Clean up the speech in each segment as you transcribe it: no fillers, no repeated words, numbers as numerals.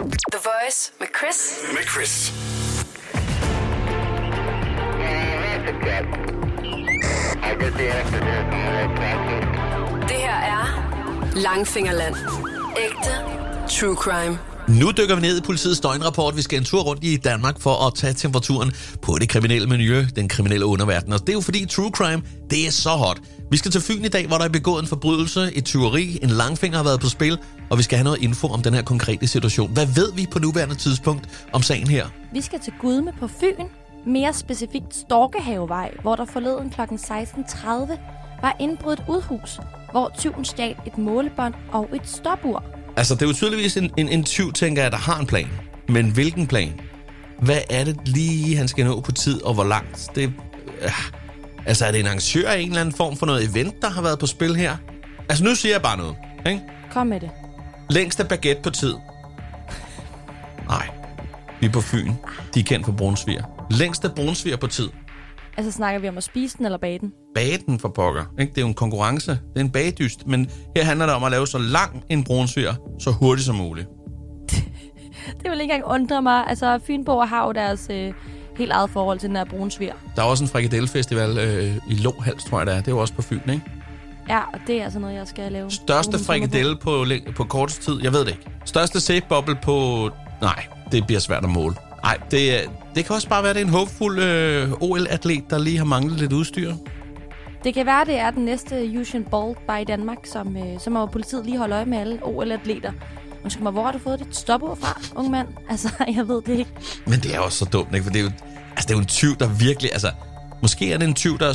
The Voice med Chris. Med Chris. Det her er Langfingerland. Ægte true crime. Nu dykker vi ned i politiets døgnrapport. Vi skal en tur rundt i Danmark for at tage temperaturen på det kriminelle miljø, den kriminelle underverden. Og det er jo fordi true crime, det er så hot. Vi skal til Fyn i dag, hvor der er begået en forbrydelse, et tyveri, en langfinger har været på spil, og vi skal have noget info om den her konkrete situation. Hvad ved vi på nuværende tidspunkt om sagen her? Vi skal til Gudme på Fyn, mere specifikt Storkehavevej, hvor der forleden kl. 16.30 var indbrudt et udhus, hvor tyven stjal et målebånd og et stopur. Altså, det er jo tydeligvis en tyv, tænker jeg, der har en plan. Men hvilken plan? Hvad er det lige, han skal nå på tid, og hvor langt? Altså, er det en arrangør af en eller anden form for noget event, der har været på spil her? Altså, nu siger jeg bare noget, ikke? Kom med det. Længste baguette på tid. Nej, vi er på Fyn. De er kendt for brunsviger. Længste brunsviger på tid. Altså, snakker vi om at spise den eller bage den? Bage den for pokker, ikke? Det er jo en konkurrence. Det er en bagedyst. Men her handler det om at lave så lang en brunsviger, så hurtigt som muligt. Det vil ikke engang undre mig. Altså, Fynboer har jo deres helt eget forhold til den her brunsviger. Der er også en frikadellefestival i Lohals, tror jeg det er. Det er jo også på Fyn, ikke? Ja, og det er altså noget, jeg skal lave. Største frikadelle på kortest tid? Jeg ved det ikke. Største safeboble på... Nej, det bliver svært at måle. Nej, det kan også bare være, at det er en håbfuld OL-atlet, der lige har manglet lidt udstyr. Det kan være, det er den næste Usain Bolt bare i Danmark, som må politiet lige holde øje med alle OL-atleter. Undskyld mig, hvor har du fået dit stopur fra, unge mand? Altså, jeg ved det ikke. Men det er også så dumt, ikke? For det er jo en tyv, der virkelig... Altså, måske er det en tyv, der er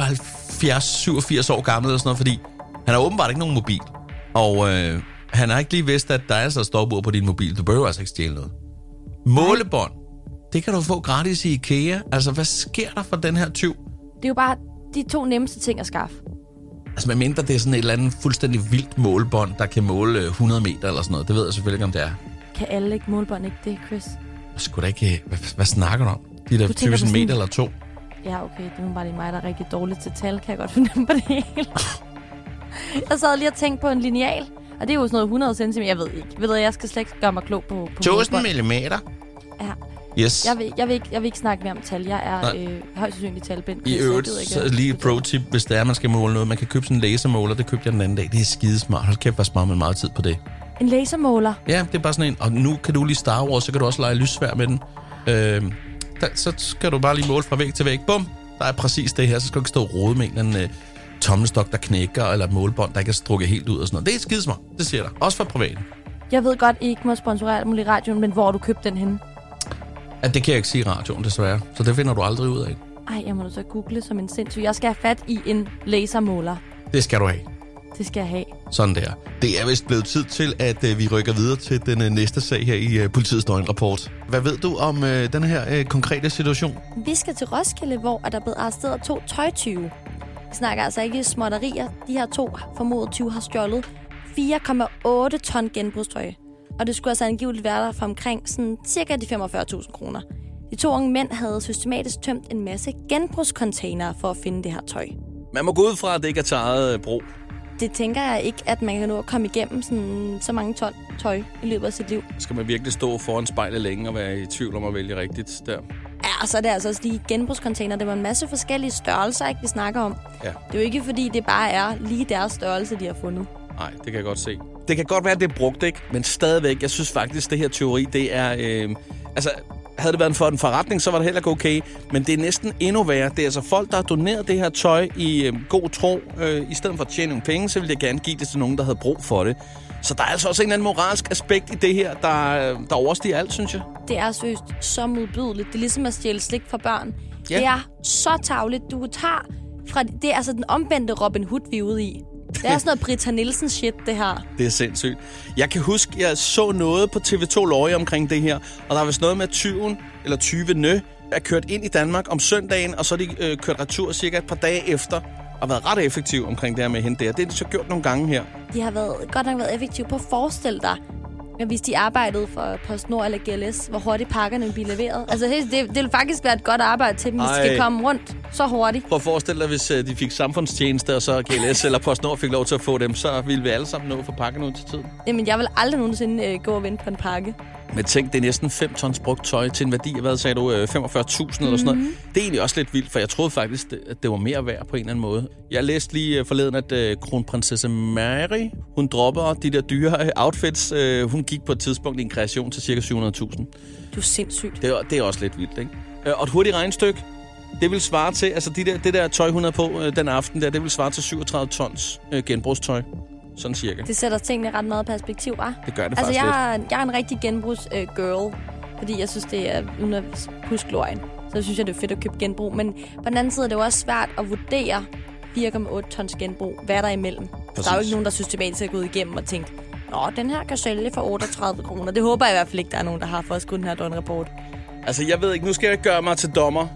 87 år gammel eller sådan noget, fordi han har åbenbart ikke nogen mobil. Og han har ikke lige vidst, at der er så stopur på din mobil. Du behøver altså ikke stjæle noget. Målebånd, det kan du få gratis i IKEA. Altså, hvad sker der for den her tyv? Det er jo bare de to nemmeste ting at skaffe. Altså, medmindre det er sådan et eller andet fuldstændig vildt målebånd, der kan måle 100 meter eller sådan noget. Det ved jeg selvfølgelig ikke, om det er. Kan alle ikke målebånd, ikke det, Chris? Sgu da ikke... Hvad snakker du om? De der typisk en meter eller to. Ja, okay. Det er bare lige mig, der er rigtig dårligt til tal. Kan jeg godt fornemme på det hele. Jeg sad lige og tænkte på en lineal. Og det er jo sådan noget 100 cm. Jeg ved ikke. Ved du, jeg skal slet ikke gøre mig klog på 1000 millimeter? Ja. Yes. Jeg vil ikke snakke mere om tal. Jeg er højst sandsynligt talblind. I øvrigt, så lige et pro-tip, hvis det er, man skal måle noget. Man kan købe sådan en lasermåler. Det købte jeg den anden dag. Det er skidesmart. Hold kæft, hvor smart man meget tid på det. En lasermåler? Ja, det er bare sådan en. Og nu kan du lige Star Wars, så kan du også lege lyssvær med den. Så skal du bare lige måle fra væg til væg. Bum! Der er præcis det her. Så skal du ikke stå og rode med en eller anden tommelstok, der knækker, eller et målebånd, der ikke er strukket helt ud og sådan noget. Det er skidesmart. Det siger jeg. Også for privat. Jeg ved godt, I ikke må sponsorere alt muligt i radioen, men hvor har du købt den henne? Ja, det kan jeg ikke sige i radioen, desværre. Så det finder du aldrig ud af. Ej, jeg må da så google som en sindssyg. Jeg skal have fat i en lasermåler. Det skal du have. Det skal jeg have. Sådan der. Det er vist blevet tid til, at vi rykker videre til den næste sag her i politiets døgnrapport. Hvad ved du om den her konkrete situation? Vi skal til Roskilde, hvor der er blevet arresteret 2 tøjtyve. Vi snakker altså ikke småtterier. De her 2 formodede tyve har stjålet 4,8 ton genbrugstøj. Og det skulle altså angiveligt være der for omkring sådan cirka de 45.000 kroner. De 2 unge mænd havde systematisk tømt en masse genbrugscontainere for at finde det her tøj. Man må gå ud fra, at det ikke er til eget brug. Det tænker jeg ikke, at man kan nå at komme igennem så mange ton tøj i løbet af sit liv. Skal man virkelig stå foran spejlet længe og være i tvivl om at vælge rigtigt der? Ja, og så er det altså også lige genbrugscontainer. Det var en masse forskellige størrelser, ikke, vi snakker om. Ja. Det er jo ikke, fordi det bare er lige deres størrelse, de har fundet. Nej, det kan jeg godt se. Det kan godt være, at det er brugt, ikke? Men stadigvæk, jeg synes faktisk, det her teori, det er... havde det været for en forretning, så var det heller ikke okay. Men det er næsten endnu værre. Det er altså folk, der har doneret det her tøj i god tro. I stedet for at tjene nogle penge, så ville jeg gerne give det til nogen, der havde brug for det. Så der er altså også en eller anden moralsk aspekt i det her, der overstiger alt, synes jeg. Det er seriøst så modbydeligt. Det er ligesom at stjæle slik fra børn. Ja. Det er så tarveligt. Du tager fra... Det er altså den omvendte Robin Hood, vi er ude i. Det er sådan noget Britta Nielsen shit, det her. Det er sindssygt. Jeg kan huske, jeg så noget på TV2 Løje omkring det her, og der var vist noget med, at tyvene er kørt ind i Danmark om søndagen, og så er de kørt retur cirka et par dage efter, og været ret effektive omkring det her med hende der. Det har de så gjort nogle gange her. De har godt nok været effektive på at forestille dig, hvis de arbejdede for PostNord eller GLS, hvor hurtigt pakkerne vil blive leveret. Altså, det vil faktisk være et godt arbejde til dem, hvis de skal komme rundt så hurtigt. Prøv at forestille dig, hvis de fik samfundstjeneste, og så GLS eller PostNord fik lov til at få dem, så ville vi alle sammen nå for pakken ud til tiden. Jamen, jeg vil aldrig nogensinde gå og vente på en pakke. Men tænk, det er næsten 5 tons brugt tøj til en værdi af, hvad sagde du, 45.000 eller sådan noget. Det er egentlig også lidt vildt, for jeg troede faktisk, at det var mere værd på en eller anden måde. Jeg læste lige forleden, at kronprinsesse Mary, hun dropper de der dyre outfits. Hun gik på et tidspunkt i en kreation til ca. 700.000. Det er sindssygt. Det er også lidt vildt, ikke? Og et hurtigt regnestykke, det vil svare til, altså det der tøj, hun havde på den aften der, det vil svare til 37 tons genbrugstøj. Sådan cirka. Det sætter tingene ret meget perspektiv, hva'? Det gør det faktisk lidt. Jeg er en rigtig genbrugs-girl, fordi jeg synes, det er uden at huske løgn. Så synes jeg, det er fedt at købe genbrug. Men på den anden side er det jo også svært at vurdere 4,8 tons genbrug. Hvad er der imellem? Præcis. Der er jo ikke nogen, der systematisk er gået igennem og tænkt, nå, den her kan sælge for 38 kroner. Det håber jeg i hvert fald ikke, der er nogen, der har for at skrive den her døgnrapport. Altså, jeg ved ikke, nu skal jeg ikke gøre mig til dommer.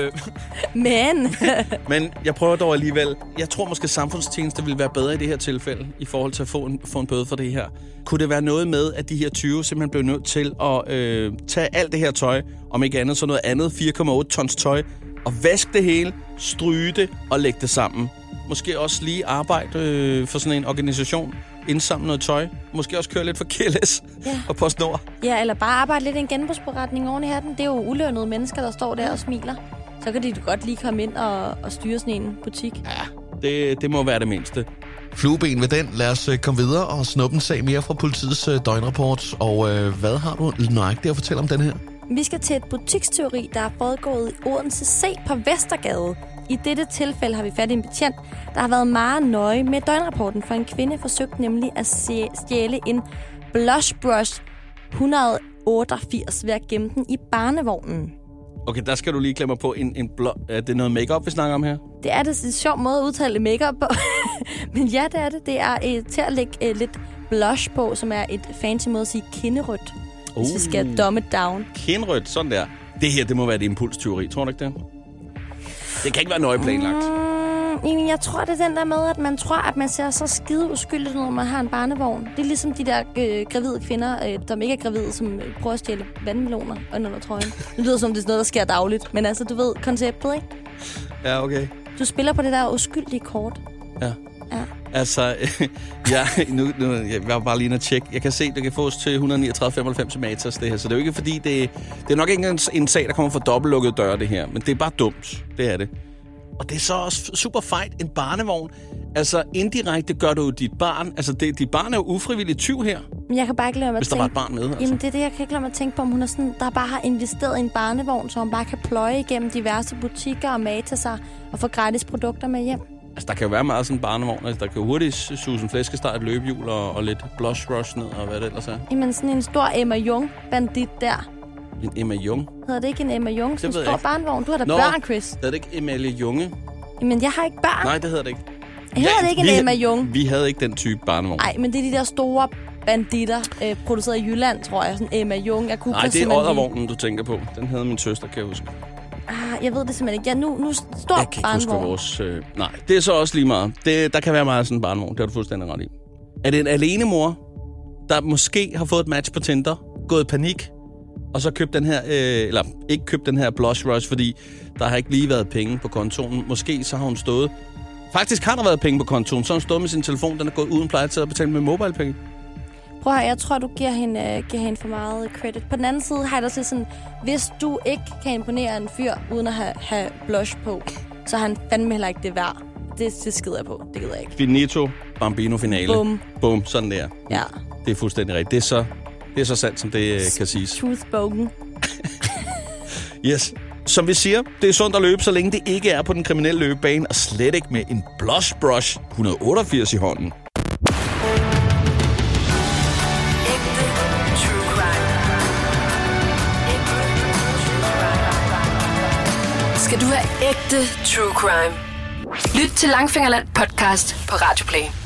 Men jeg prøver dog alligevel. Jeg tror måske, samfundstjeneste ville være bedre i det her tilfælde, i forhold til at få en bøde for det her. Kunne det være noget med, at de her 20 simpelthen blev nødt til at tage alt det her tøj, om ikke andet, så noget andet 4,8 tons tøj, og vaske det hele, stryge det og lægge det sammen? Måske også lige arbejde for sådan en organisation, indsamle noget tøj. Måske også køre lidt for KLS og PostNord. Ja, eller bare arbejde lidt i en genbrugsforretning oven i hatten. Det er jo ulønnede mennesker, der står der og smiler. Så kan de godt lige komme ind og styre sådan en butik. Ja, det må være det mindste. Flueben ved den. Lad os komme videre og snuppe en sag mere fra politiets døgnrapport. Og hvad har du nøjagtigt at fortælle om den her? Vi skal til et butiksteori, der er foregået i Odense C på Vestergade. I dette tilfælde har vi fat i en betjent, der har været meget nøje med døgnrapporten, for en kvinde forsøgte nemlig at stjæle en blush brush 188 ved at gemme den i barnevognen. Okay, der skal du lige klemme på er det noget makeup vi snakker om her? Det er det en sjov måde at udtale makeup på. Men ja, det er det. Det er til at lægge lidt blush på, som er et fancy måde at sige kinderødt. Hvis vi skal dumb it down. Kinderødt, sådan der. Det her, det må være et impulsteori, tror du ikke det? Det kan ikke være nøje planlagt. Jeg tror, det er den der med, at man tror, at man ser så skide uskyldigt, når man har en barnevogn. Det er ligesom de der gravide kvinder, der ikke er gravide, som prøver at stjæle vandmeloner under trøjen. Det lyder som, det er noget, der sker dagligt. Men altså, du ved konceptet, ikke? Ja, okay. Du spiller på det der uskyldige kort. Ja. Altså, jeg var bare lige at tjekke. Jeg kan se, at det kan fås til 139,95 Matas, det her. Så det er jo ikke, fordi det er nok ikke en sag, der kommer fra dobbeltlukkede døre, det her. Men det er bare dumt. Det er det. Og det er så også super fejt, en barnevogn. Altså, indirekte gør du jo dit barn. Altså, dit barn er jo ufrivilligt tyv her. Men jeg kan bare ikke lade mig hvis der var et barn med, altså. Jamen, det er det, jeg kan ikke lade mig tænke på, om hun er sådan, der bare har investeret i en barnevogn, så hun bare kan pløje igennem diverse butikker og mate sig og få gratis produkter med hjem. Altså, der kan jo være meget sådan en barnevogn. Altså, der kan jo hurtigt suge en flæskesteg, et løbehjul og lidt blush rush ned, og hvad det ellers er. Jamen, sådan en stor Emma Jung-bandit der. En Emma Jung? Hedder det ikke en Emma Jung? Sådan en stor barnevogn. Du har da børn, Chris. Hedder det ikke Emalie Junge? Jamen, jeg har ikke børn. Nej, det hedder det ikke. Hedder det ikke en Emma Jung? Vi havde ikke den type barnevogn. Nej, men det er de der store banditter, produceret i Jylland, tror jeg. Sådan Emma Jung. Nej, det er Oddervognen, du tænker på. Den havde min søster, kan jeg huske. Jeg ved det simpelthen ikke. Ja, nu står barnevogn. Jeg kan ikke huske vores... Nej, det er så også lige meget. Der kan være meget sådan en barnevogn. Det har du fuldstændig ret i. Er det en alenemor, der måske har fået et match på Tinder, gået i panik, og så købt den her... eller ikke købt den her blush rush, fordi der har ikke lige været penge på kontoen. Måske så har hun stået... Faktisk har der været penge på kontoen, så har hun stået med sin telefon. Den er gået uden pleje til at betale med mobile-penge. Prøv at jeg tror, du giver hende for meget credit. På den anden side har jeg da set sådan, hvis du ikke kan imponere en fyr, uden at have blush på, så har han fandme heller ikke det værd. Det skider jeg på. Det gider jeg ikke. Finito, Bambino finale. Bum, sådan der. Ja. Det er fuldstændig rigtigt. Det er så sandt, som det kan siges. Truth spoken. Yes. Som vi siger, det er sundt at løbe, så længe det ikke er på den kriminelle løbebane, og slet ikke med en blush brush 188 i hånden. Skal du have ægte true crime? Lyt til Langfingerland podcast på Radio Play.